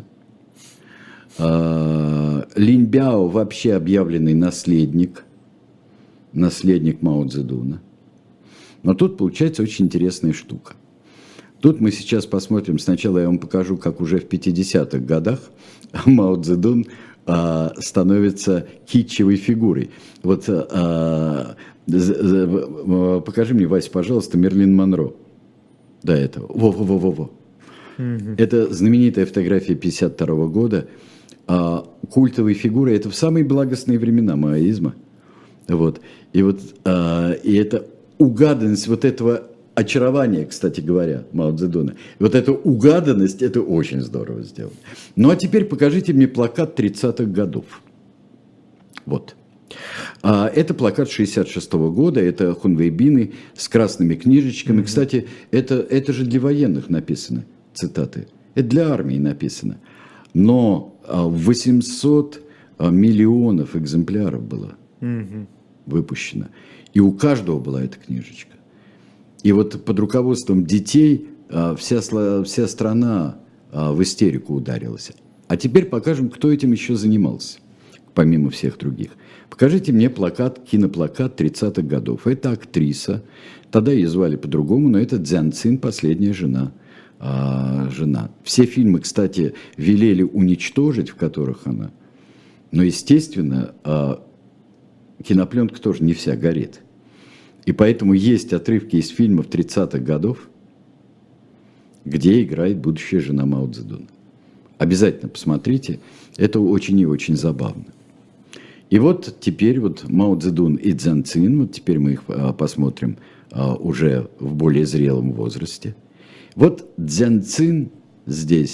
Э, Линь Бяо вообще объявленный наследник, наследник Мао Цзэдуна. Но тут получается очень интересная штука. Тут мы сейчас посмотрим, сначала я вам покажу, как уже в пятидесятых годах Мао Цзэдун а, становится китчевой фигурой. Вот а, покажи мне, Вася, пожалуйста, Мерлин Монро. До этого. Во-во-во-во-во. Mm-hmm. Это знаменитая фотография пятьдесят второго года. А, культовые фигуры. Это в самые благостные времена маоизма. Вот. И вот а, и это угаданность вот этого очарование, кстати говоря, Мао Цзэдуна. И вот эта угаданность, это очень здорово сделано. Ну, а теперь покажите мне плакат тридцатых годов. Вот. А, это плакат шестьдесят шестого года, это хунвейбины с красными книжечками. Mm-hmm. Кстати, это, это же для военных написано, цитаты. Это для армии написано. Но а, восемьсот а, миллионов экземпляров было mm-hmm. выпущено. И у каждого была эта книжечка. И вот под руководством детей а, вся, вся страна а, в истерику ударилась. А теперь покажем, кто этим еще занимался, помимо всех других. Покажите мне плакат, киноплакат тридцатых годов. Это актриса, тогда ее звали по-другому, но это Цзян Цин, последняя жена. А, жена. Все фильмы, кстати, велели уничтожить, в которых она. Но, естественно, а, кинопленка тоже не вся горит. И поэтому есть отрывки из фильмов тридцатых годов, где играет будущая жена Мао Цзэдуна. Обязательно посмотрите, это очень и очень забавно. И вот теперь вот Мао Цзэдун и Цзян Цин, вот теперь мы их а, посмотрим а, уже в более зрелом возрасте. Вот Цзян Цин здесь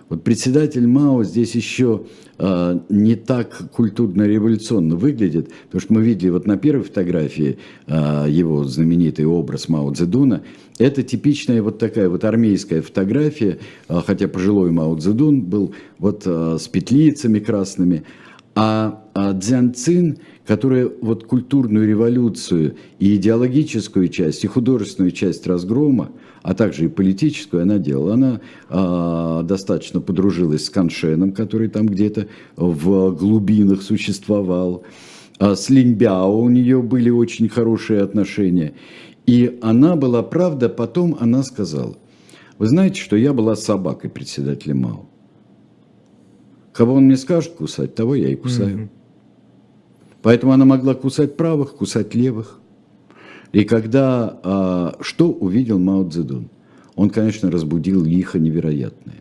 Вот председатель Мао здесь еще э, не так культурно-революционно выглядит, потому что мы видели вот на первой фотографии э, его знаменитый образ Мао Цзэдуна. Это типичная вот такая вот армейская фотография, э, хотя пожилой Мао Цзэдун был вот э, с петлицами красными. А, а Цзян Цин, которая вот культурную революцию и идеологическую часть, и художественную часть разгрома, а также и политическую она делала. Она а, достаточно подружилась с Каншеном, который там где-то в глубинах существовал. А с Линьбяо у нее были очень хорошие отношения. И она была, правда, потом она сказала: вы знаете, что я была собакой председателя Мао. Кого он мне скажет кусать, того я и кусаю. Mm-hmm. Поэтому она могла кусать правых, кусать левых. И когда, а, что увидел Мао Цзэдун? Он, конечно, разбудил лихо невероятное.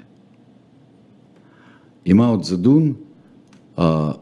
И Мао Цзэдун а,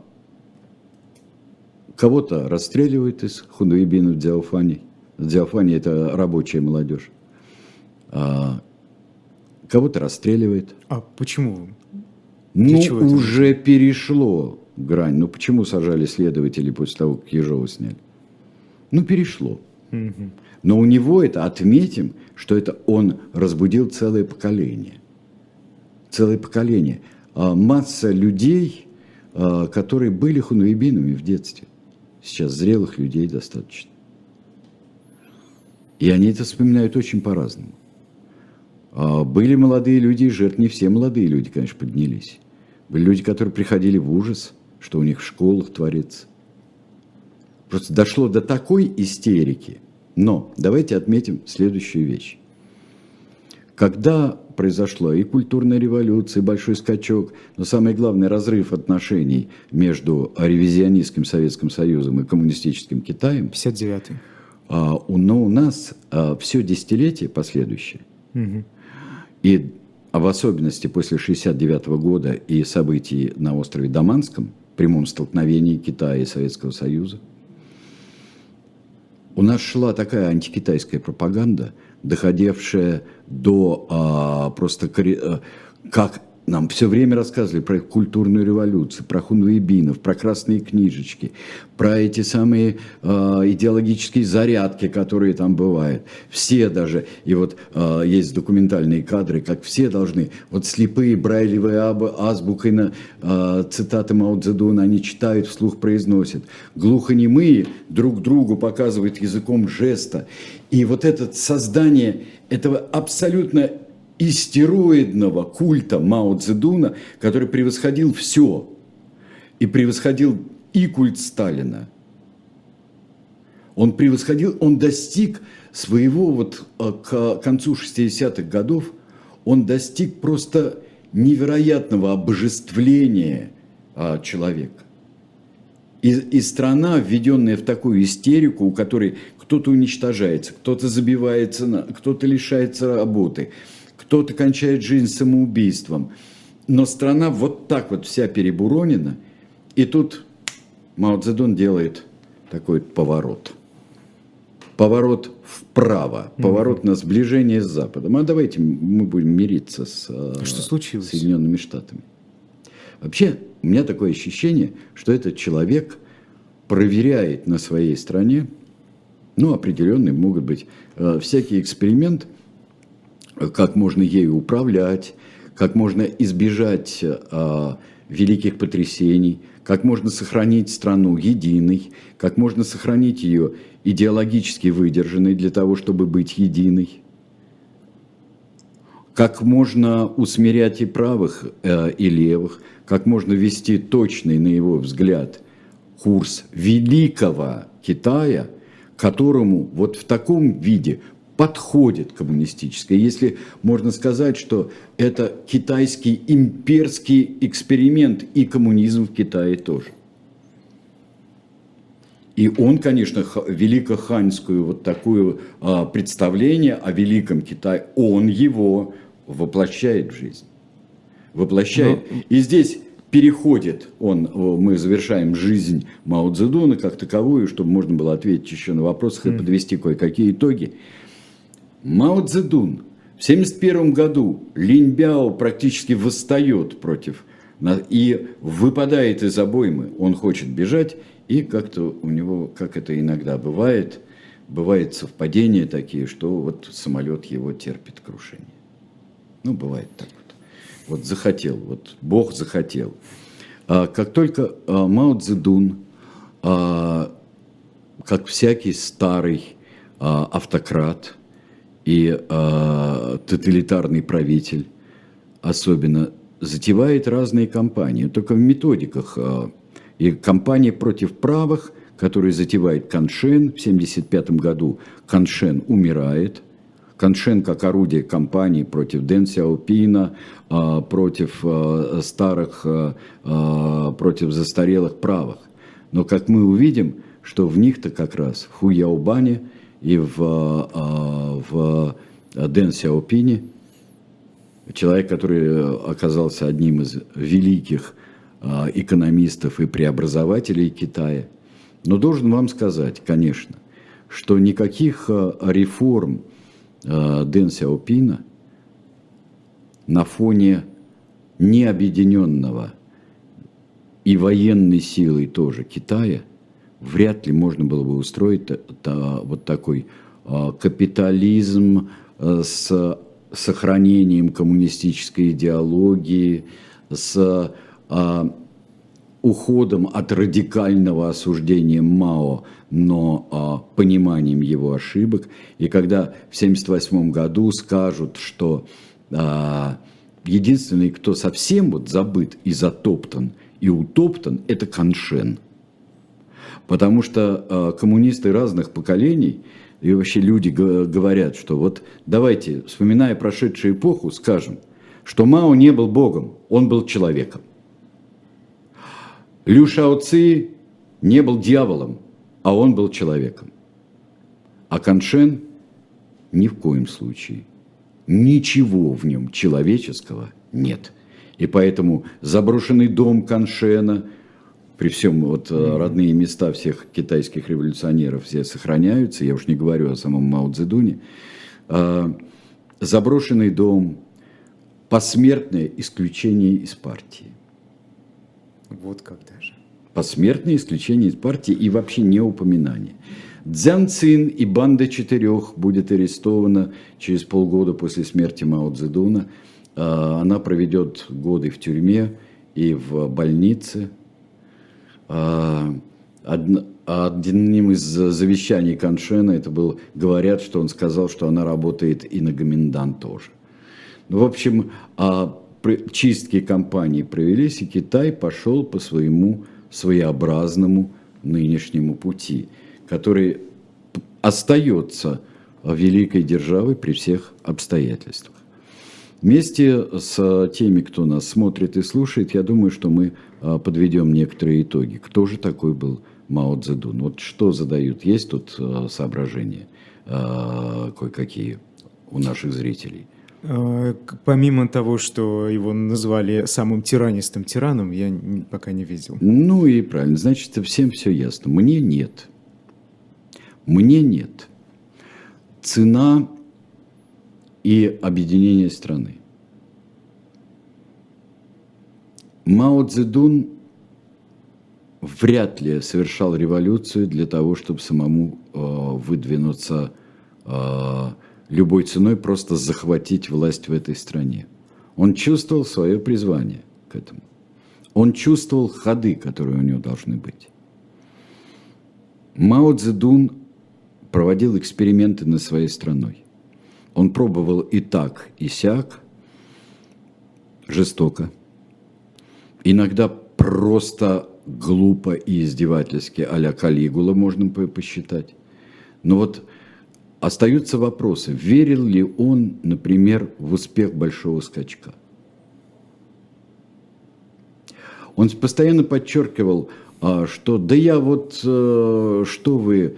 кого-то расстреливает из хунвейбинов Дзяофани. Дзяофани – это рабочая молодежь. А, кого-то расстреливает. А почему? Ну, уже перешло грань. Ну, почему сажали следователей после того, как Ежова сняли? Ну, перешло. Mm-hmm. Но у него это, отметим, что это он разбудил целое поколение. Целое поколение. А, масса людей, а, которые были хунвейбинами в детстве. Сейчас зрелых людей достаточно. И они это вспоминают очень по-разному. Были молодые люди, жертв, не все молодые люди, конечно, поднялись. Были люди, которые приходили в ужас, что у них в школах творится. Просто дошло до такой истерики. Но давайте отметим следующую вещь. Когда произошла и культурная революция, и большой скачок, но самое главное, разрыв отношений между ревизионистским Советским Союзом и коммунистическим Китаем. пятьдесят девятый. Но у нас все десятилетие последующее, угу. И в особенности после шестьдесят девятого года и событий на острове Даманском, прямом столкновении Китая и Советского Союза, у нас шла такая антикитайская пропаганда, доходившая до а, просто, как нам все время рассказывали про культурную революцию, про хунвейбинов, про красные книжечки, про эти самые э, идеологические зарядки, которые там бывают. Все даже, и вот э, есть документальные кадры, как все должны, вот слепые брайлевые азбукой на э, цитаты Мао Цзэдуна, они читают, вслух произносят. Глухонемые друг другу показывают языком жеста. И вот это создание этого абсолютно истероидного культа Мао Цзэдуна, который превосходил все. И превосходил и культ Сталина. Он превосходил, он достиг своего, вот к концу шестидесятых годов, он достиг просто невероятного обожествления человека. И, и страна, введенная в такую истерику, у которой кто-то уничтожается, кто-то забивается, кто-то лишается работы, кто-то кончает жизнь самоубийством. Но страна вот так вот вся перебуронена. И тут Мао Цзэдун делает такой поворот. Поворот вправо. Поворот mm-hmm. на сближение с Западом. А давайте мы будем мириться с Что случилось? Соединенными Штатами. Вообще, у меня такое ощущение, что этот человек проверяет на своей стране, ну, определенные могут быть всякий эксперимент, как можно ею управлять, как можно избежать э, великих потрясений, как можно сохранить страну единой, как можно сохранить ее идеологически выдержанной для того, чтобы быть единой, как можно усмирять и правых, э, и левых, как можно вести точный, на его взгляд, курс великого Китая, которому вот в таком виде подходит коммунистическое. Если можно сказать, что это китайский имперский эксперимент, и коммунизм в Китае тоже. И он, конечно, великоханьскую вот такое а, представление о великом Китае, он его воплощает в жизнь. Воплощает. Но... И здесь переходит он, мы завершаем жизнь Мао Цзэдуна как таковую, чтобы можно было ответить еще на вопросы и подвести кое-какие итоги. Мао Цзэдун В семьдесят первом году Линь Бяо практически восстает против и выпадает из обоймы. Он хочет бежать, и как-то у него, как это иногда бывает, бывают совпадения такие, что вот самолет его терпит крушение. Ну, бывает так вот. Вот захотел, вот Бог захотел. А как только а, Мао Цзэдун, а, как всякий старый а, автократ и а, тоталитарный правитель, особенно, затевает разные кампании, только в методиках. А, и кампания против правых, которую затевает Каншен. В семьдесят пятом году Каншен умирает. Каншен как орудие кампании против Дэн Сяопина, против старых, против застарелых правых. Но как мы увидим, что в них-то как раз в Ху Яобане и в, в Дэн Сяопине, человек, который оказался одним из великих экономистов и преобразователей Китая. Но должен вам сказать, конечно, что никаких реформ Дэн Сяопина на фоне необъединенного и военной силой тоже Китая вряд ли можно было бы устроить вот такой капитализм с сохранением коммунистической идеологии, с уходом от радикального осуждения Мао, но а, пониманием его ошибок. И когда в семьдесят восьмом году скажут, что а, единственный, кто совсем вот забыт и затоптан, и утоптан, это Каншен. Потому что а, коммунисты разных поколений, и вообще люди говорят, что вот давайте, вспоминая прошедшую эпоху, скажем, что Мао не был богом, он был человеком. Лю Шао Ци не был дьяволом, а он был человеком. А Каншен ни в коем случае. Ничего в нем человеческого нет. И поэтому заброшенный дом Каншена, при всем вот родные места всех китайских революционеров все сохраняются, я уж не говорю о самом Мао Цзэдуне, заброшенный дом, посмертное исключение из партии. Вот как даже. Посмертное исключение из партии и вообще не упоминание. Цзян Цин и банда четырех будет арестована через полгода после смерти Мао Цзэдуна. Она проведет годы в тюрьме и в больнице. Одним из завещаний Каншена это был, говорят, что он сказал, что она работает и на Гоминдан тоже. Ну, в общем, чистки кампании провелись, и Китай пошел по своему своеобразному нынешнему пути, который остается великой державой при всех обстоятельствах. Вместе с теми, кто нас смотрит и слушает, я думаю, что мы подведем некоторые итоги. Кто же такой был Мао Цзэдун? Вот что задают? Есть тут соображения кое-какие у наших зрителей? Помимо того, что его назвали самым тиранистым тираном, я пока не видел. Ну и правильно, значит, всем все ясно. Мне нет. Мне нет. Цена и объединение страны. Мао Цзэдун вряд ли совершал революцию для того, чтобы самому э, выдвинуться э, любой ценой, просто захватить власть в этой стране. Он чувствовал свое призвание к этому. Он чувствовал ходы, которые у него должны быть. Мао Цзэдун проводил эксперименты над своей страной. Он пробовал и так, и сяк, жестоко. Иногда просто глупо и издевательски, а-ля Калигула можно посчитать. Но вот остаются вопросы, верил ли он, например, в успех большого скачка. Он постоянно подчеркивал, что да я вот, что вы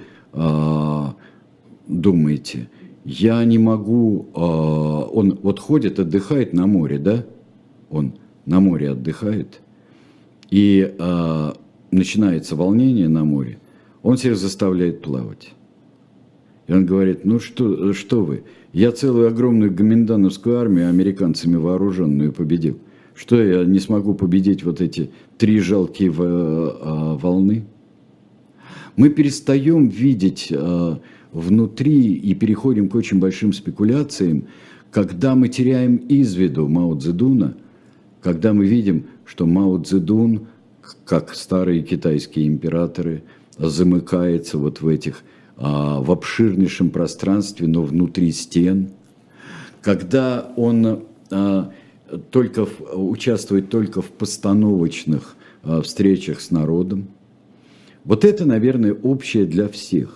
думаете, я не могу, он вот ходит, отдыхает на море, да, он на море отдыхает, и начинается волнение на море, он всех заставляет плавать. И он говорит, ну что, что вы, я целую огромную гоминдановскую армию американцами вооруженную победил. Что я не смогу победить вот эти три жалкие волны? Мы перестаем видеть внутри и переходим к очень большим спекуляциям, когда мы теряем из виду Мао Цзэдуна, когда мы видим, что Мао Цзэдун, как старые китайские императоры, замыкается вот в этих, в обширнейшем пространстве, но внутри стен, когда он только участвует только в постановочных встречах с народом. Вот это, наверное, общее для всех.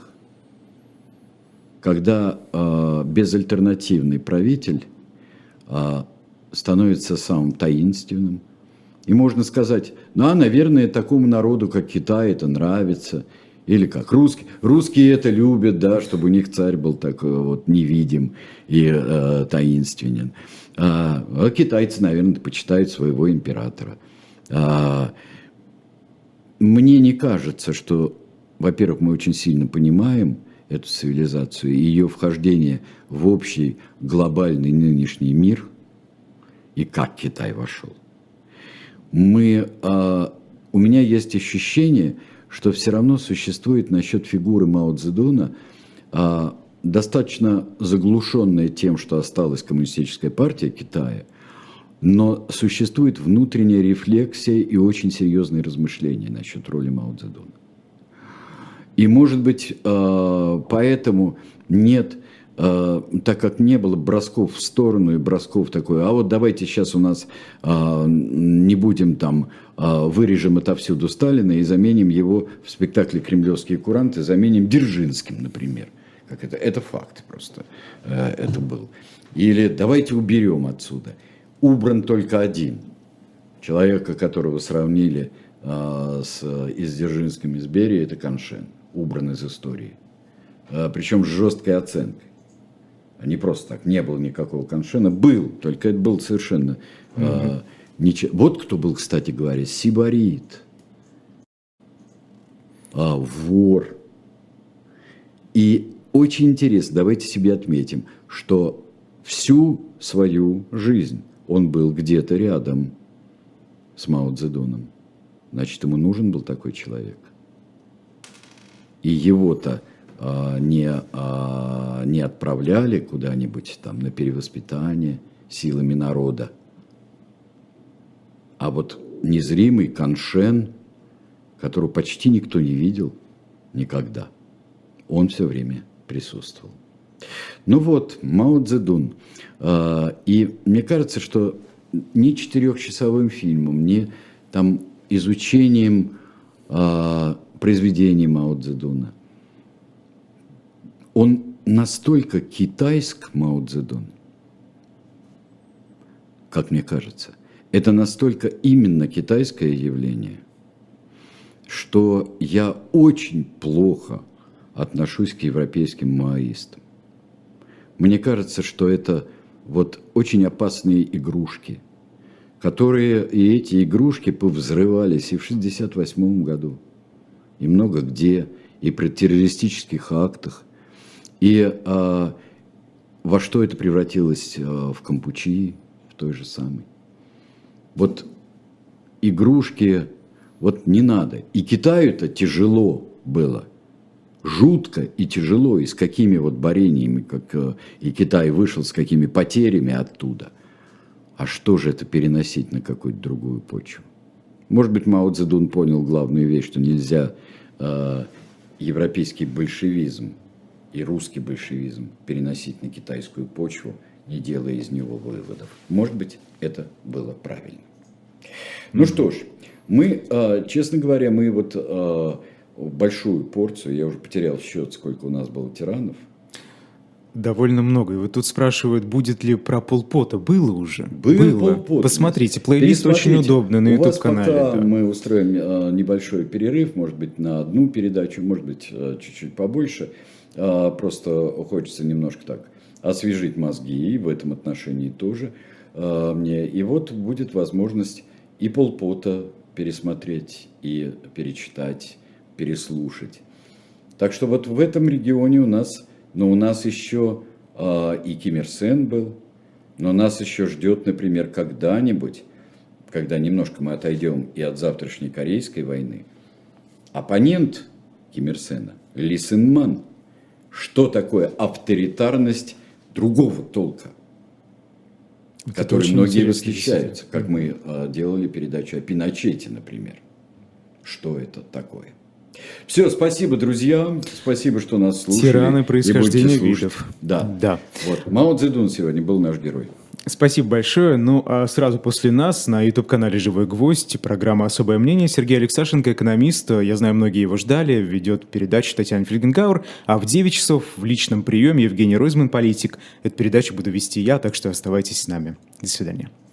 Когда э, безальтернативный правитель э, становится самым таинственным. И можно сказать, ну, а, наверное, такому народу, как Китай, это нравится. Или как русские. Русские это любят, да, чтобы у них царь был такой вот невидим и э, таинственен. А, а китайцы, наверное, почитают своего императора. А, мне не кажется, что, во-первых, мы очень сильно понимаем эту цивилизацию и ее вхождение в общий глобальный нынешний мир, и как Китай вошел. Мы, а, у меня есть ощущение, что все равно существует насчет фигуры Мао Цзэдуна а, достаточно заглушенная тем, что осталась коммунистическая партия Китая, но существует внутренняя рефлексия и очень серьезные размышления насчет роли Мао Цзэдуна. И, может быть, поэтому нет, так как не было бросков в сторону и бросков такой, а вот давайте сейчас у нас не будем там, вырежем отовсюду Сталина и заменим его в спектакле «Кремлевские куранты», заменим Дзержинским, например. Как это, это факт просто, это был. Или давайте уберем отсюда. Убран только один. Человека, которого сравнили с, и с Дзержинским, и с Берией, это Каншен. Убран из истории. Причем с жесткой оценкой. Не просто так, не было никакого Каншена. Был, только это был совершенно... Mm-hmm. ничего. Вот кто был, кстати говоря, сибарит. А, вор. И очень интересно, давайте себе отметим, что всю свою жизнь он был где-то рядом с Мао Цзэдуном. Значит, ему нужен был такой человек. И его-то а, не, а, не отправляли куда-нибудь там на перевоспитание силами народа. А вот незримый Каншен, которого почти никто не видел никогда, он все время присутствовал. Ну вот, Мао Цзэдун. А, и мне кажется, что ни четырехчасовым фильмом, ни там изучением а, произведений Мао Цзэдуна. Он настолько китайск, Мао Цзэдун, как мне кажется. Это настолько именно китайское явление, что я очень плохо отношусь к европейским маоистам. Мне кажется, что это вот очень опасные игрушки, которые, и эти игрушки повзрывались и в шестьдесят восьмом году, и много где, и при террористических актах, и а, во что это превратилось а, в Кампучии, в той же самой. Вот игрушки, вот не надо. И Китаю-то тяжело было, жутко и тяжело, и с какими вот борениями, как и Китай вышел, с какими потерями оттуда. А что же это переносить на какую-то другую почву? Может быть, Мао Цзэдун понял главную вещь, что нельзя э, европейский большевизм и русский большевизм переносить на китайскую почву, не делая из него выводов. Может быть, это было правильно. Ну что ж, мы, э, честно говоря, мы вот э, большую порцию, я уже потерял счет, сколько у нас было тиранов. Довольно много. И вот тут спрашивают, будет ли про Пол Пота. Было уже? Было. Было. Пол Пот. Посмотрите, плейлист очень удобный на YouTube-канале. Пока да. Мы устроим э, небольшой перерыв, может быть, на одну передачу, может быть, э, чуть-чуть побольше. Э, просто хочется немножко так освежить мозги, и в этом отношении тоже э, мне. И вот будет возможность и Пол Пота пересмотреть, и перечитать, переслушать. Так что вот в этом регионе у нас но у нас еще э, и Ким Ир Сен был, но нас еще ждет, например, когда-нибудь, когда немножко мы отойдем и от завтрашней Корейской войны, оппонент Ким Ир Сена, Ли Сен Ман. Что такое авторитарность другого толка, которой многие восхищаются, как мы э, делали передачу о Пиночете, например. Что это такое? Все, спасибо, друзья. Спасибо, что нас слушали. Тираны происхождения видов. Да. да. Вот. Мао Цзэдун сегодня был наш герой. Спасибо большое. Ну, а сразу после нас на YouTube-канале «Живой гвоздь» программа «Особое мнение». Сергей Алексашенко, экономист, я знаю, многие его ждали, ведет передачу Татьяна Фельгенгауэр. А в девять часов в личном приеме Евгений Ройзман, политик. Эту передачу буду вести я, так что оставайтесь с нами. До свидания.